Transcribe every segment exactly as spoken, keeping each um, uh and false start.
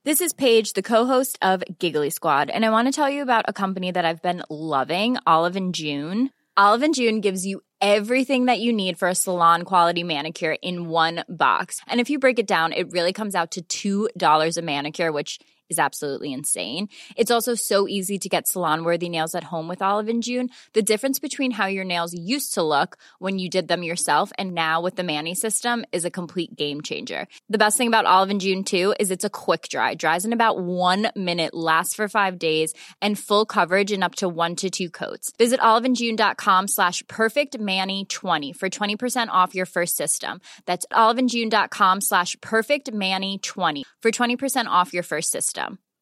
This is Paige, the co-host of Giggly Squad, and I want to tell you about a company that I've been loving, Olive and June. Olive and June gives you everything that you need for a salon-quality manicure in one box. And if you break it down, it really comes out to two dollars a manicure, which is absolutely insane. It's also so easy to get salon-worthy nails at home with Olive and June. The difference between how your nails used to look when you did them yourself and now with the Mani system is a complete game changer. The best thing about Olive and June, too, is it's a quick dry. Dries in about one minute, lasts for five days, and full coverage in up to one to two coats. Visit oliveandjune.com slash perfectmani20 for twenty percent off your first system. That's oliveandjune.com slash perfectmani20 for twenty percent off your first system.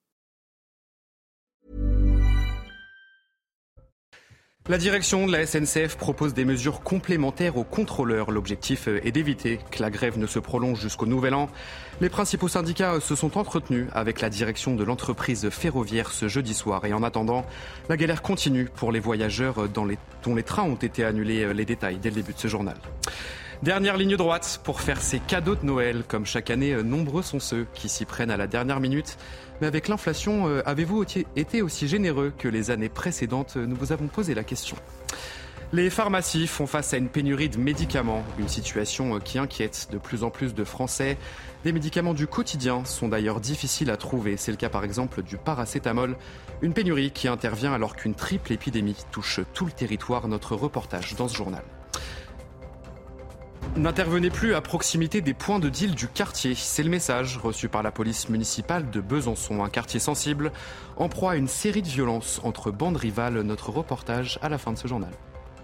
La direction de la S N C F propose des mesures complémentaires aux contrôleurs. L'objectif est d'éviter que la grève ne se prolonge jusqu'au nouvel an. Les principaux syndicats se sont entretenus avec la direction de l'entreprise ferroviaire ce jeudi soir. Et en attendant, la galère continue pour les voyageurs dans les, dont les trains ont été annulés. Les détails dès le début de ce journal. Dernière ligne droite pour faire ses cadeaux de Noël. Comme chaque année, nombreux sont ceux qui s'y prennent à la dernière minute. Mais avec l'inflation, avez-vous été aussi généreux que les années précédentes ? Nous vous avons posé la question. Les pharmacies font face à une pénurie de médicaments, une situation qui inquiète de plus en plus de Français. Des médicaments du quotidien sont d'ailleurs difficiles à trouver. C'est le cas par exemple du paracétamol, une pénurie qui intervient alors qu'une triple épidémie touche tout le territoire. Notre reportage dans ce journal. N'intervenez plus à proximité des points de deal du quartier. C'est le message reçu par la police municipale de Besançon, un quartier sensible, en proie à une série de violences entre bandes rivales. Notre reportage à la fin de ce journal.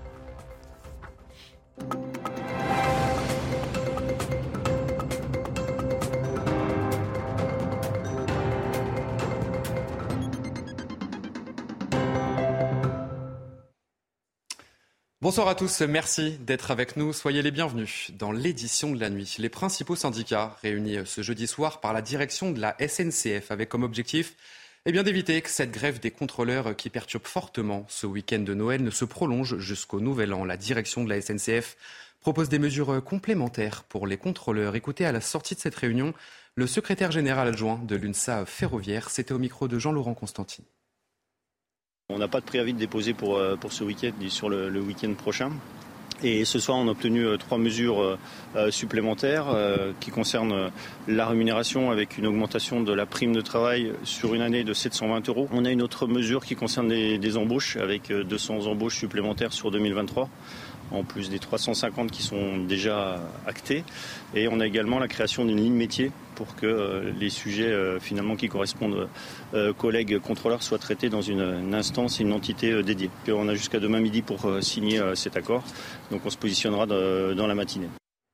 Bonsoir à tous, merci d'être avec nous. Soyez les bienvenus dans l'édition de la nuit. Les principaux syndicats réunis ce jeudi soir par la direction de la S N C F avaient comme objectif eh bien, d'éviter que cette grève des contrôleurs qui perturbe fortement ce week-end de Noël ne se prolonge jusqu'au nouvel an. La direction de la S N C F propose des mesures complémentaires pour les contrôleurs. Écoutez, à la sortie de cette réunion, le secrétaire général adjoint de l'UNSA ferroviaire, c'était au micro de Jean-Laurent Constantine. On n'a pas de préavis de déposer pour, pour ce week-end ni sur le, le week-end prochain. Et ce soir, on a obtenu euh, trois mesures euh, supplémentaires euh, qui concernent euh, la rémunération avec une augmentation de la prime de travail sur une année de sept cent vingt euros. On a une autre mesure qui concerne des, des embauches avec euh, deux cents embauches supplémentaires sur deux mille vingt-trois. En plus des trois cent cinquante qui sont déjà actés. Et on a également la création d'une ligne métier pour que euh, les sujets euh, finalement qui correspondent euh, collègues contrôleurs soient traités dans une, une instance et une entité euh, dédiée. Et on a jusqu'à demain midi pour euh, signer euh, cet accord. Donc on se positionnera de, dans la matinée.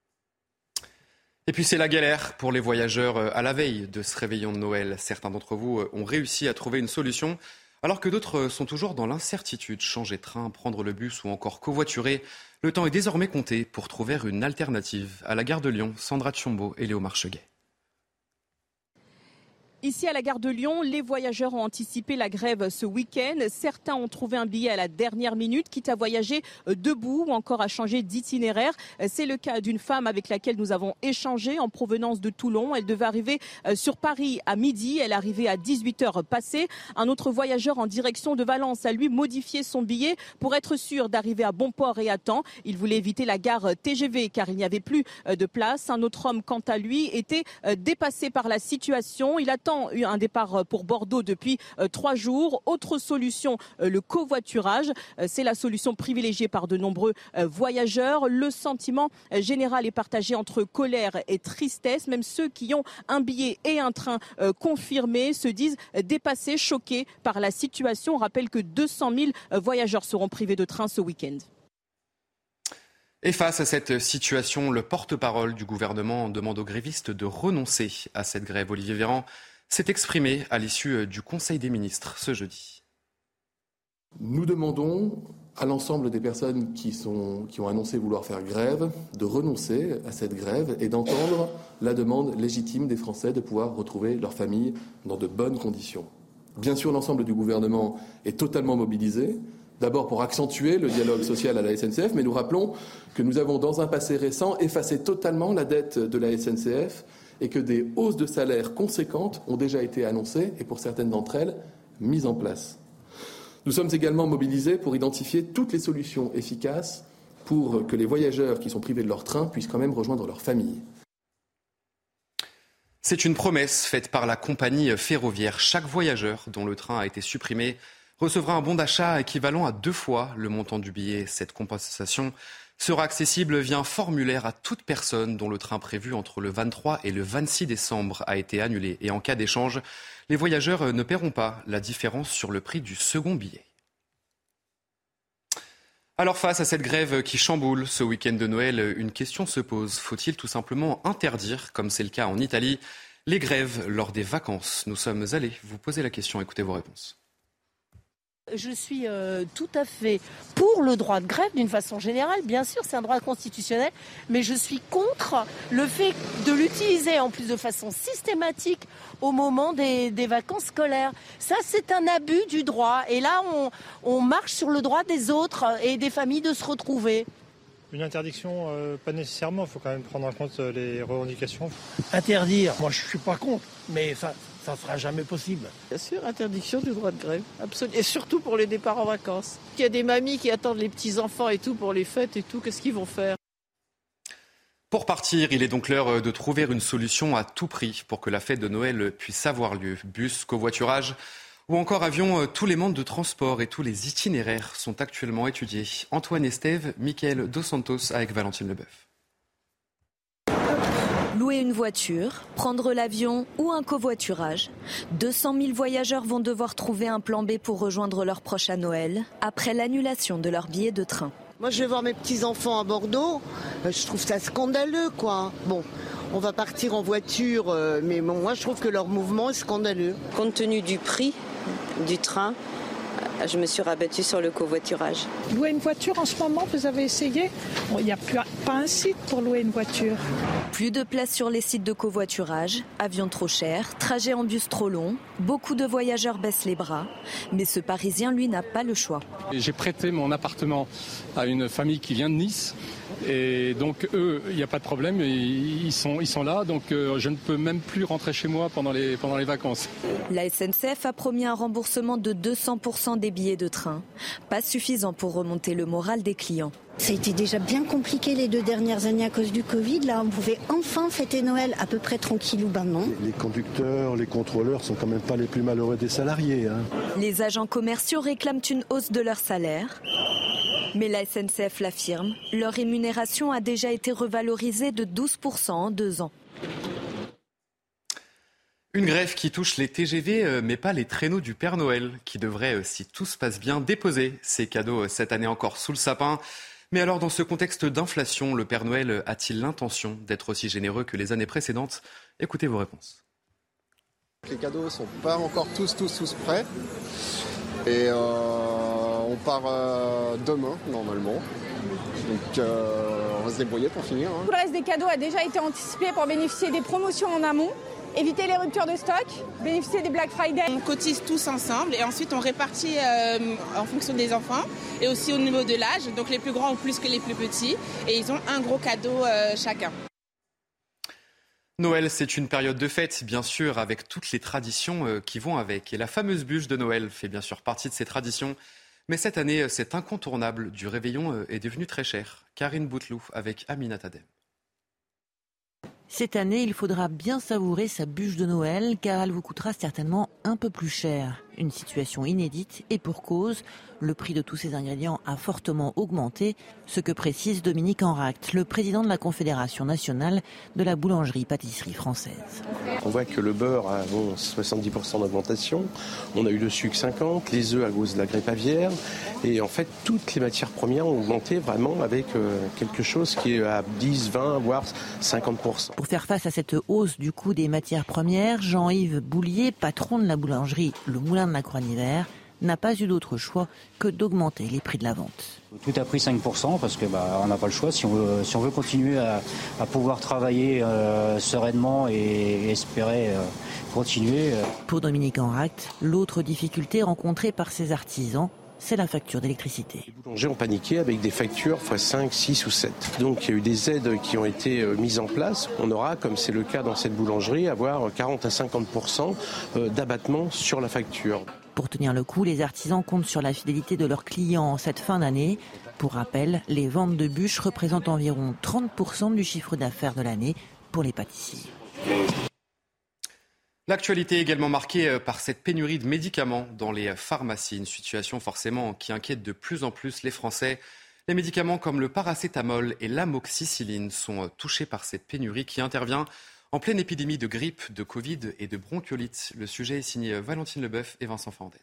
Et puis c'est la galère pour les voyageurs à la veille de ce réveillon de Noël. Certains d'entre vous ont réussi à trouver une solution, alors que d'autres sont toujours dans l'incertitude. Changer de train, prendre le bus ou encore covoiturer. Le temps est désormais compté pour trouver une alternative. À la gare de Lyon, Sandra Tchombo et Léo Marcheguet. Ici à la gare de Lyon, les voyageurs ont anticipé la grève ce week-end. Certains ont trouvé un billet à la dernière minute, quitte à voyager debout ou encore à changer d'itinéraire. C'est le cas d'une femme avec laquelle nous avons échangé en provenance de Toulon. Elle devait arriver sur Paris à midi. Elle est arrivée à dix-huit heures passées. Un autre voyageur en direction de Valence a lui modifié son billet pour être sûr d'arriver à bon port et à temps. Il voulait éviter la gare T G V car il n'y avait plus de place. Un autre homme, quant à lui, était dépassé par la situation. Il attend eu un départ pour Bordeaux depuis euh, trois jours. Autre solution, euh, le covoiturage. Euh, c'est la solution privilégiée par de nombreux euh, voyageurs. Le sentiment euh, général est partagé entre colère et tristesse. Même ceux qui ont un billet et un train euh, confirmés se disent euh, dépassés, choqués par la situation. On rappelle que deux cent mille euh, voyageurs seront privés de train ce week-end. Et face à cette situation, le porte-parole du gouvernement demande aux grévistes de renoncer à cette grève. Olivier Véran s'est exprimé à l'issue du Conseil des ministres ce jeudi. Nous demandons à l'ensemble des personnes qui, sont, qui ont annoncé vouloir faire grève de renoncer à cette grève et d'entendre la demande légitime des Français de pouvoir retrouver leur famille dans de bonnes conditions. Bien sûr, l'ensemble du gouvernement est totalement mobilisé, d'abord pour accentuer le dialogue social à la S N C F, mais nous rappelons que nous avons dans un passé récent effacé totalement la dette de la S N C F et que des hausses de salaire conséquentes ont déjà été annoncées et pour certaines d'entre elles, mises en place. Nous sommes également mobilisés pour identifier toutes les solutions efficaces pour que les voyageurs qui sont privés de leur train puissent quand même rejoindre leur famille. C'est une promesse faite par la compagnie ferroviaire. Chaque voyageur dont le train a été supprimé recevra un bon d'achat équivalent à deux fois le montant du billet. Cette compensation sera accessible via un formulaire à toute personne dont le train prévu entre le vingt-trois et le vingt-six décembre a été annulé. Et en cas d'échange, les voyageurs ne paieront pas la différence sur le prix du second billet. Alors face à cette grève qui chamboule ce week-end de Noël, une question se pose. Faut-il tout simplement interdire, comme c'est le cas en Italie, les grèves lors des vacances ? Nous sommes allés vous poser la question, écoutez vos réponses. Je suis euh, tout à fait pour le droit de grève d'une façon générale. Bien sûr, c'est un droit constitutionnel, mais je suis contre le fait de l'utiliser en plus de façon systématique au moment des, des vacances scolaires. Ça, c'est un abus du droit. Et là, on, on marche sur le droit des autres et des familles de se retrouver. Une interdiction, euh, pas nécessairement. Il faut quand même prendre en compte les revendications. Interdire, moi je suis pas contre, mais ça ça sera jamais possible. Bien sûr, interdiction du droit de grève, absolument. Et surtout pour les départs en vacances. Il y a des mamies qui attendent les petits-enfants et tout pour les fêtes et tout, qu'est-ce qu'ils vont faire ? Pour partir, il est donc l'heure de trouver une solution à tout prix pour que la fête de Noël puisse avoir lieu. Bus, covoiturage ou encore avion, tous les modes de transport et tous les itinéraires sont actuellement étudiés. Antoine Estève, Mickaël Dos Santos avec Valentine Leboeuf. Louer une voiture, prendre l'avion ou un covoiturage. deux cent mille voyageurs vont devoir trouver un plan B pour rejoindre leurs proches à Noël après l'annulation de leur billet de train. Moi, je vais voir mes petits-enfants à Bordeaux. Je trouve ça scandaleux, quoi. Bon, on va partir en voiture, mais bon, moi, je trouve que leur mouvement est scandaleux. Compte tenu du prix du train, je me suis rabattue sur le covoiturage. Louer une voiture en ce moment, vous avez essayé ? Il n'y a plus, pas un site pour louer une voiture. Plus de place sur les sites de covoiturage, avions trop chers, trajets en bus trop longs. Beaucoup de voyageurs baissent les bras, mais ce Parisien, lui, n'a pas le choix. J'ai prêté mon appartement à une famille qui vient de Nice. Et donc eux, il n'y a pas de problème, ils sont, ils sont là, donc euh, je ne peux même plus rentrer chez moi pendant les, pendant les vacances. La S N C F a promis un remboursement de deux cents pour cent des billets de train, pas suffisant pour remonter le moral des clients. Ça a été déjà bien compliqué les deux dernières années à cause du Covid. Là, on pouvait enfin fêter Noël à peu près tranquillou. Ben non. Les conducteurs, les contrôleurs sont quand même pas les plus malheureux des salariés. Hein. Les agents commerciaux réclament une hausse de leur salaire. Mais la S N C F l'affirme, leur rémunération a déjà été revalorisée de douze pour cent en deux ans. Une grève qui touche les T G V, mais pas les traîneaux du Père Noël, qui devraient, si tout se passe bien, déposer ses cadeaux cette année encore sous le sapin. Mais alors, dans ce contexte d'inflation, le Père Noël a-t-il l'intention d'être aussi généreux que les années précédentes ? Écoutez vos réponses. Les cadeaux ne sont pas encore tous, tous, tous prêts. Et euh, on part euh, demain, normalement. Donc euh, on va se débrouiller pour finir. Hein. Tout le reste des cadeaux a déjà été anticipé pour bénéficier des promotions en amont, éviter les ruptures de stock, bénéficier des Black Friday. On cotise tous ensemble et ensuite on répartit euh, en fonction des enfants et aussi au niveau de l'âge. Donc les plus grands ont plus que les plus petits et ils ont un gros cadeau euh, chacun. Noël, c'est une période de fête, bien sûr, avec toutes les traditions qui vont avec. Et la fameuse bûche de Noël fait bien sûr partie de ces traditions. Mais cette année, cet incontournable du réveillon est devenu très cher. Karine Bouteloup avec Amina Tadem. Cette année, il faudra bien savourer sa bûche de Noël car elle vous coûtera certainement un peu plus cher. Une situation inédite et pour cause, le prix de tous ces ingrédients a fortement augmenté, ce que précise Dominique Enract, le président de la Confédération nationale de la boulangerie-pâtisserie française. On voit que le beurre a bon, soixante-dix pour cent d'augmentation, on a eu le sucre cinquante pour cent, les œufs à cause de la grippe aviaire, et en fait toutes les matières premières ont augmenté vraiment avec euh, quelque chose qui est à dix, vingt, voire cinquante pour cent. Pour faire face à cette hausse du coût des matières premières, Jean-Yves Boulier, patron de la boulangerie Le Moulin de la Croix-Hiver, n'a pas eu d'autre choix que d'augmenter les prix de la vente. Tout a pris cinq pour cent parce que bah, on n'a pas le choix. Si on veut, si on veut continuer à, à pouvoir travailler euh, sereinement et, et espérer euh, continuer. Euh. Pour Dominique Enract, l'autre difficulté rencontrée par ces artisans, c'est la facture d'électricité. Les boulangers ont paniqué avec des factures fois cinq, six ou sept. Donc il y a eu des aides qui ont été mises en place. On aura, comme c'est le cas dans cette boulangerie, avoir quarante à cinquante pour cent d'abattement sur la facture. Pour tenir le coup, les artisans comptent sur la fidélité de leurs clients en cette fin d'année. Pour rappel, les ventes de bûches représentent environ trente pour cent du chiffre d'affaires de l'année pour les pâtissiers. L'actualité est également marquée par cette pénurie de médicaments dans les pharmacies, une situation forcément qui inquiète de plus en plus les Français. Les médicaments comme le paracétamol et l'amoxicilline sont touchés par cette pénurie qui intervient en pleine épidémie de grippe, de Covid et de bronchiolite. Le sujet est signé Valentine Leboeuf et Vincent Fernandez.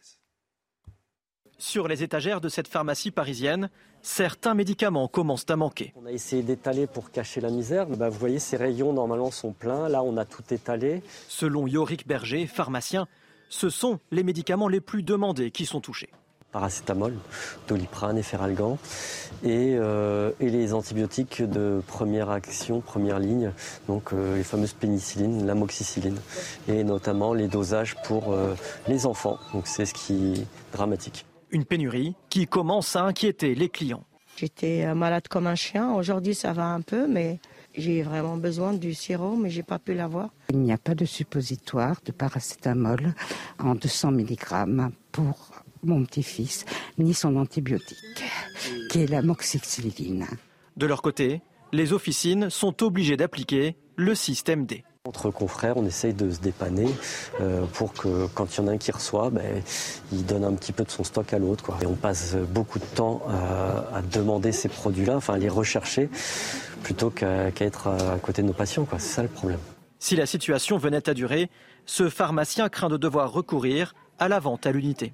Sur les étagères de cette pharmacie parisienne, certains médicaments commencent à manquer. On a essayé d'étaler pour cacher la misère. Bah, vous voyez, ces rayons normalement sont pleins. Là, on a tout étalé. Selon Yorick Berger, pharmacien, ce sont les médicaments les plus demandés qui sont touchés. Paracétamol, Doliprane et Feralgan et, euh, et les antibiotiques de première action, première ligne, donc euh, les fameuses pénicillines, l'amoxicilline et notamment les dosages pour euh, les enfants. Donc c'est ce qui est dramatique. Une pénurie qui commence à inquiéter les clients. J'étais malade comme un chien. Aujourd'hui, ça va un peu, mais j'ai vraiment besoin du sirop, mais j'ai pas pu l'avoir. Il n'y a pas de suppositoire de paracétamol en deux cents milligrammes pour mon petit-fils, ni son antibiotique, qui est l'amoxicilline. De leur côté, les officines sont obligées d'appliquer le système D. Entre confrères, on essaye de se dépanner euh, pour que quand il y en a un qui reçoit, ben, il donne un petit peu de son stock à l'autre, quoi. Et on passe beaucoup de temps à, à demander ces produits-là, enfin à les rechercher, plutôt qu'à, qu'à être à côté de nos patients, quoi. C'est ça le problème. Si la situation venait à durer, ce pharmacien craint de devoir recourir à la vente à l'unité.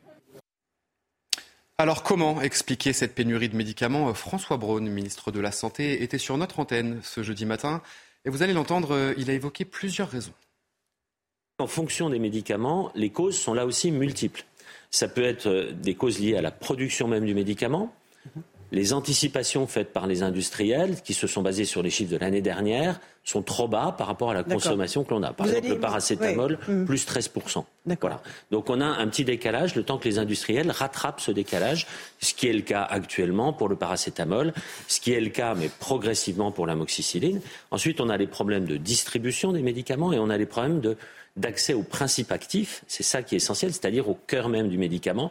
Alors comment expliquer cette pénurie de médicaments ? François Braun, ministre de la Santé, était sur notre antenne ce jeudi matin. Et vous allez l'entendre, il a évoqué plusieurs raisons. En fonction des médicaments, les causes sont là aussi multiples. Ça peut être des causes liées à la production même du médicament, les anticipations faites par les industriels, qui se sont basées sur les chiffres de l'année dernière, sont trop bas par rapport à la D'accord. consommation que l'on a. Par Vous exemple, allez... le paracétamol, oui. plus treize pour cent. Voilà. Donc on a un petit décalage, le temps que les industriels rattrapent ce décalage, ce qui est le cas actuellement pour le paracétamol, ce qui est le cas, mais progressivement, pour l'amoxicilline. Ensuite, on a les problèmes de distribution des médicaments et on a les problèmes de, d'accès au principe actif. C'est ça qui est essentiel, c'est-à-dire au cœur même du médicament.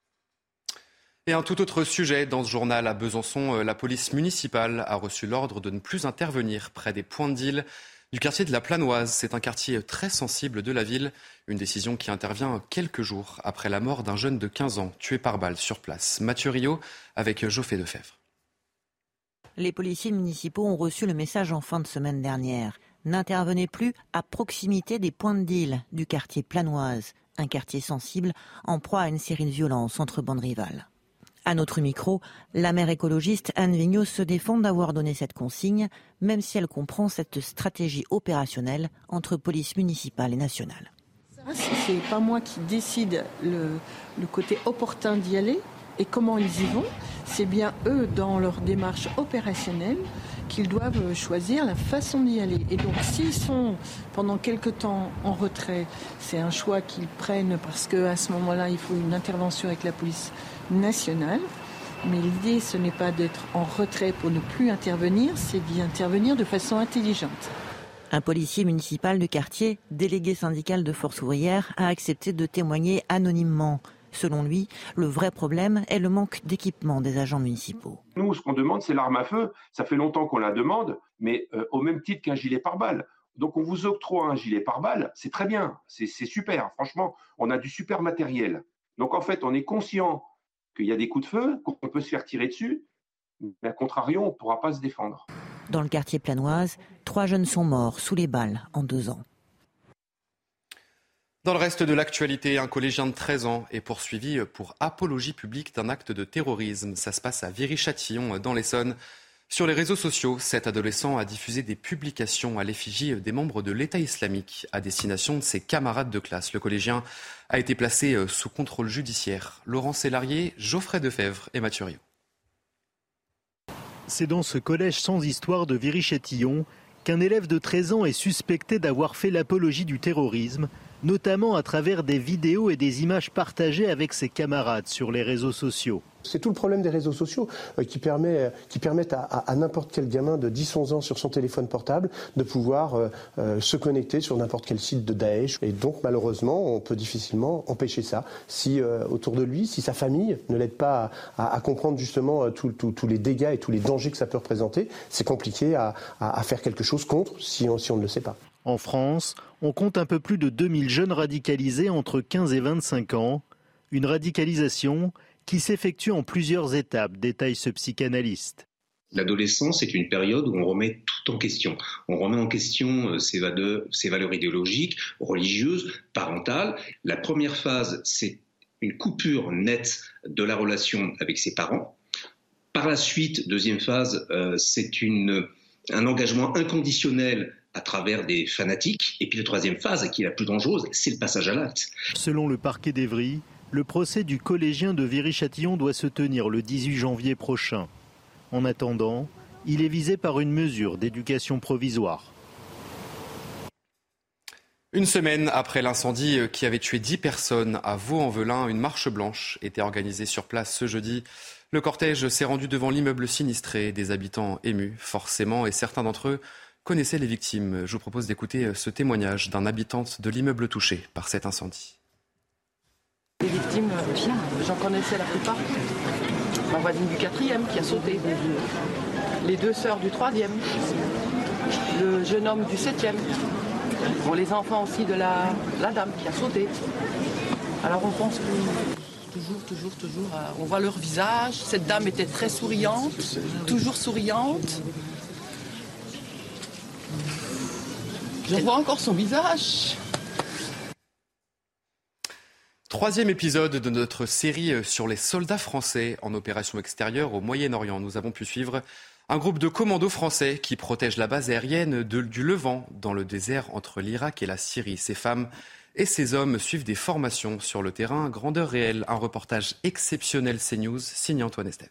Et un tout autre sujet dans ce journal à Besançon, la police municipale a reçu l'ordre de ne plus intervenir près des points de deal du quartier de la Planoise. C'est un quartier très sensible de la ville, une décision qui intervient quelques jours après la mort d'un jeune de quinze ans tué par balle sur place. Mathieu Rio avec Geoffrey Defebvre. Les policiers municipaux ont reçu le message en fin de semaine dernière. N'intervenez plus à proximité des points de deal du quartier Planoise, un quartier sensible en proie à une série de violences entre bandes rivales. À notre micro, la maire écologiste Anne Vigneault se défend d'avoir donné cette consigne, même si elle comprend cette stratégie opérationnelle entre police municipale et nationale. C'est pas moi qui décide le, le côté opportun d'y aller et comment ils y vont. C'est bien eux, dans leur démarche opérationnelle, qu'ils doivent choisir la façon d'y aller. Et donc, s'ils sont pendant quelque temps en retrait, c'est un choix qu'ils prennent parce qu'à ce moment-là, il faut une intervention avec la police nationale. Mais l'idée, ce n'est pas d'être en retrait pour ne plus intervenir, c'est d'y intervenir de façon intelligente. Un policier municipal du quartier, délégué syndical de Force ouvrière, a accepté de témoigner anonymement. Selon lui, le vrai problème est le manque d'équipement des agents municipaux. Nous, ce qu'on demande, c'est l'arme à feu. Ça fait longtemps qu'on la demande, mais euh, au même titre qu'un gilet pare-balles. Donc on vous octroie un gilet pare-balles, c'est très bien, c'est, c'est super. Franchement, on a du super matériel. Donc en fait, on est conscient qu'il y a des coups de feu, qu'on peut se faire tirer dessus, mais à contrario, on ne pourra pas se défendre. Dans le quartier Planoise, trois jeunes sont morts sous les balles en deux ans. Dans le reste de l'actualité, un collégien de treize ans est poursuivi pour apologie publique d'un acte de terrorisme. Ça se passe à Viry-Châtillon, dans l'Essonne. Sur les réseaux sociaux, cet adolescent a diffusé des publications à l'effigie des membres de l'État islamique à destination de ses camarades de classe. Le collégien a été placé sous contrôle judiciaire. Laurent Sélarié, Geoffrey Defebvre et Mathieu Rio. C'est dans ce collège sans histoire de Viry-Châtillon qu'un élève de treize ans est suspecté d'avoir fait l'apologie du terrorisme notamment à travers des vidéos et des images partagées avec ses camarades sur les réseaux sociaux. C'est tout le problème des réseaux sociaux euh, qui, permet, qui permettent à, à, à n'importe quel gamin de dix à onze ans sur son téléphone portable de pouvoir euh, euh, se connecter sur n'importe quel site de Daesh. Et donc malheureusement, on peut difficilement empêcher ça. Si euh, autour de lui, si sa famille ne l'aide pas à, à, à comprendre justement euh, tous les dégâts et tous les dangers que ça peut représenter, c'est compliqué à, à, à faire quelque chose contre si on, si on ne le sait pas. En France, on compte un peu plus de deux mille jeunes radicalisés entre quinze et vingt-cinq ans. Une radicalisation qui s'effectue en plusieurs étapes, détaille ce psychanalyste. L'adolescence est une période où on remet tout en question. On remet en question ses valeurs, ses valeurs idéologiques, religieuses, parentales. La première phase, c'est une coupure nette de la relation avec ses parents. Par la suite, deuxième phase, euh, c'est une, un engagement inconditionnel à travers des fanatiques. Et puis la troisième phase, qui est la plus dangereuse, c'est le passage à l'acte. Selon le parquet d'Évry, le procès du collégien de Viry-Châtillon doit se tenir le dix-huit janvier prochain. En attendant, il est visé par une mesure d'éducation provisoire. Une semaine après l'incendie qui avait tué dix personnes à Vaux-en-Velin, une marche blanche était organisée sur place ce jeudi. Le cortège s'est rendu devant l'immeuble sinistré, des habitants émus forcément, et certains d'entre eux connaissaient les victimes. Je vous propose d'écouter ce témoignage d'un habitant de l'immeuble touché par cet incendie. Les victimes, j'en connaissais la plupart. Ma voisine du quatrième qui a sauté. Les deux sœurs du troisième. Le jeune homme du septième. Bon, les enfants aussi de la, la dame qui a sauté. Alors on pense que toujours, toujours, toujours, on voit leur visage. Cette dame était très souriante, toujours souriante. Je vois encore son visage. Troisième épisode de notre série sur les soldats français en opération extérieure au Moyen-Orient. Nous avons pu suivre un groupe de commandos français qui protège la base aérienne de, du Levant dans le désert entre l'Irak et la Syrie. Ces femmes et ces hommes suivent des formations sur le terrain, grandeur réelle. Un reportage exceptionnel CNews, signé Antoine Estève.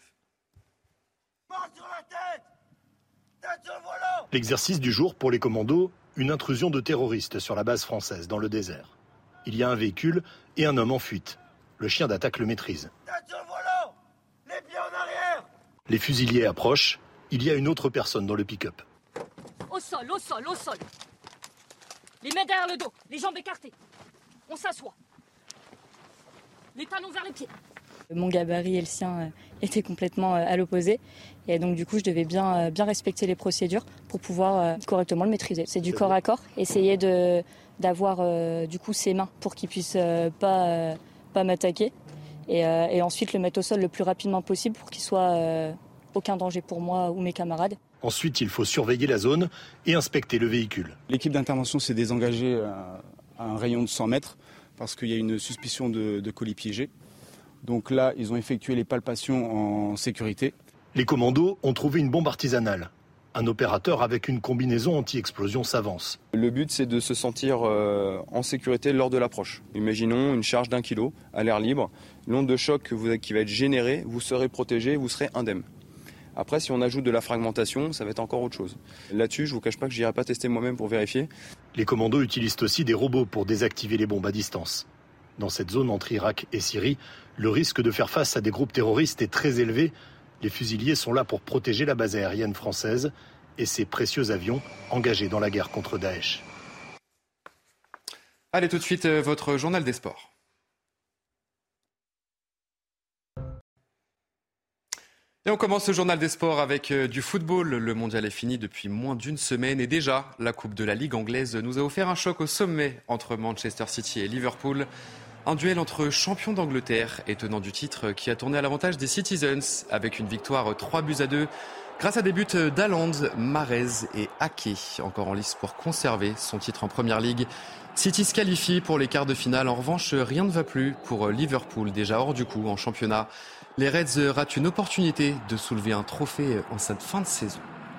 L'exercice du jour pour les commandos, une intrusion de terroristes sur la base française dans le désert. Il y a un véhicule et un homme en fuite. Le chien d'attaque le maîtrise. Les pieds en arrière. Les fusiliers approchent. Il y a une autre personne dans le pick-up. Au sol, au sol, au sol. Les mains derrière le dos, les jambes écartées. On s'assoit. Les talons vers les pieds. Mon gabarit et le sien étaient complètement à l'opposé. Et donc du coup, je devais bien, bien respecter les procédures pour pouvoir correctement le maîtriser. C'est du corps à corps. Essayer de... d'avoir euh, du coup ses mains pour qu'il puisse euh, pas, euh, pas m'attaquer et, euh, et ensuite le mettre au sol le plus rapidement possible pour qu'il soit euh, aucun danger pour moi ou mes camarades. Ensuite, il faut surveiller la zone et inspecter le véhicule. L'équipe d'intervention s'est désengagée à, à un rayon de cent mètres parce qu'il y a une suspicion de, de colis piégés. Donc là, ils ont effectué les palpations en sécurité. Les commandos ont trouvé une bombe artisanale. Un opérateur avec une combinaison anti-explosion s'avance. Le but, c'est de se sentir euh, en sécurité lors de l'approche. Imaginons une charge d'un kilo à l'air libre. L'onde de choc que vous, qui va être générée, vous serez protégé, vous serez indemne. Après, si on ajoute de la fragmentation, ça va être encore autre chose. Là-dessus, je ne vous cache pas que je n'irai pas tester moi-même pour vérifier. Les commandos utilisent aussi des robots pour désactiver les bombes à distance. Dans cette zone entre Irak et Syrie, le risque de faire face à des groupes terroristes est très élevé. Les fusiliers sont là pour protéger la base aérienne française et ses précieux avions engagés dans la guerre contre Daesh. Allez, tout de suite, votre journal des sports. Et on commence ce journal des sports avec du football. Le mondial est fini depuis moins d'une semaine et déjà, la Coupe de la Ligue anglaise nous a offert un choc au sommet entre Manchester City et Liverpool. Un duel entre champions d'Angleterre et tenants du titre qui a tourné à l'avantage des Citizens avec une victoire trois buts à deux grâce à des buts d'Haaland, Mahrez et Ake, encore en lice pour conserver son titre en Première Ligue. City se qualifie pour les quarts de finale. En revanche, rien ne va plus pour Liverpool, déjà hors du coup en championnat. Les Reds ratent une opportunité de soulever un trophée en cette fin de saison.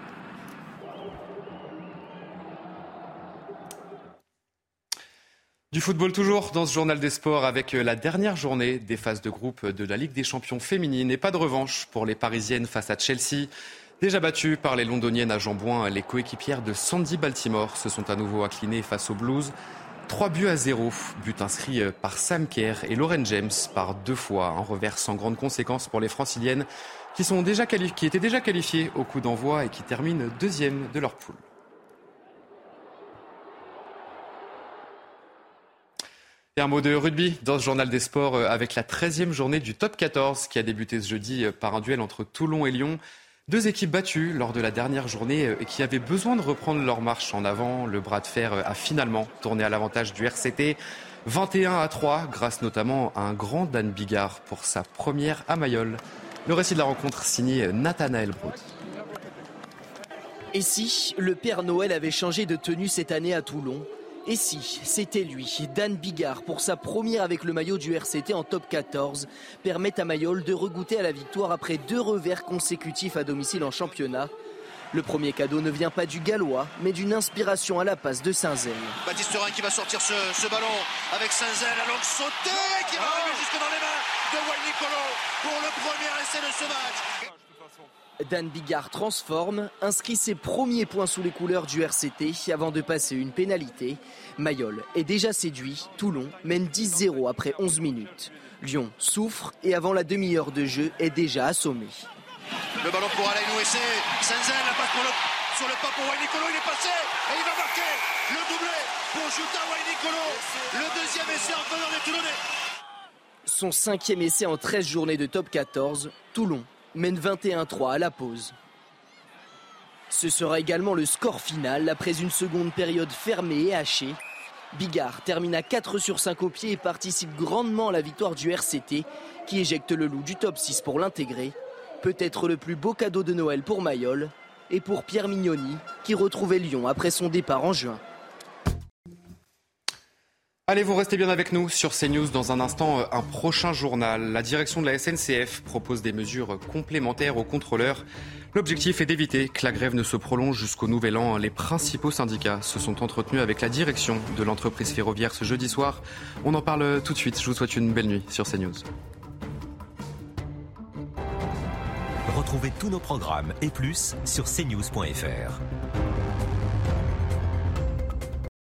Du football toujours dans ce journal des sports avec la dernière journée des phases de groupe de la Ligue des champions féminine et pas de revanche pour les Parisiennes face à Chelsea. Déjà battues par les Londoniennes à Jambouin, les coéquipières de Sandy Baltimore se sont à nouveau inclinées face aux Blues. trois buts à zéro, but inscrit par Sam Kerr et Lauren James par deux fois. Un revers sans grande conséquence pour les Franciliennes qui, sont déjà qualifi- qui étaient déjà qualifiées au coup d'envoi et qui terminent deuxième de leur poule. Et un mot de rugby dans ce journal des sports avec la treizième journée du top quatorze qui a débuté ce jeudi par un duel entre Toulon et Lyon. Deux équipes battues lors de la dernière journée et qui avaient besoin de reprendre leur marche en avant. Le bras de fer a finalement tourné à l'avantage du R C T. vingt et un à trois grâce notamment à un grand Dan Bigard pour sa première à Mayol. Le récit de la rencontre signé Nathanaël Broad. Et si le Père Noël avait changé de tenue cette année à Toulon ? Et si c'était lui, Dan Bigard, pour sa première avec le maillot du R C T en top quatorze, permet à Mayol de regoûter à la victoire après deux revers consécutifs à domicile en championnat. Le premier cadeau ne vient pas du Gallois, mais d'une inspiration à la passe de Saint-Zel. Baptiste Rhin qui va sortir ce, ce ballon avec Saint-Zel, la longue sautée qui va arriver jusque dans les mains de Wayne Nicolo pour le premier essai de ce match. Dan Bigard transforme, inscrit ses premiers points sous les couleurs du R C T avant de passer une pénalité. Mayol est déjà séduit, Toulon mène dix zéro après onze minutes. Lyon souffre et avant la demi-heure de jeu est déjà assommé. Le ballon pour Alain Ouessé, Saint-Zel, la passe pour le, sur le pas pour Wayne Nicolo, il est passé et il va marquer le doublé pour Juta Wayne Nicolo, le deuxième essai en faveur des Toulonnais. Son cinquième essai en treize journées de top quatorze, Toulon mène vingt et un à trois à la pause. Ce sera également le score final après une seconde période fermée et hachée. Bigard termine à quatre sur cinq au pied et participe grandement à la victoire du R C T qui éjecte le loup du top six pour l'intégrer. Peut-être le plus beau cadeau de Noël pour Mayol et pour Pierre Mignoni qui retrouvait Lyon après son départ en juin. Allez, vous restez bien avec nous sur CNews. Dans un instant, un prochain journal. La direction de la S N C F propose des mesures complémentaires aux contrôleurs. L'objectif est d'éviter que la grève ne se prolonge jusqu'au nouvel an. Les principaux syndicats se sont entretenus avec la direction de l'entreprise ferroviaire ce jeudi soir. On en parle tout de suite. Je vous souhaite une belle nuit sur CNews. Retrouvez tous nos programmes et plus sur c news point f r.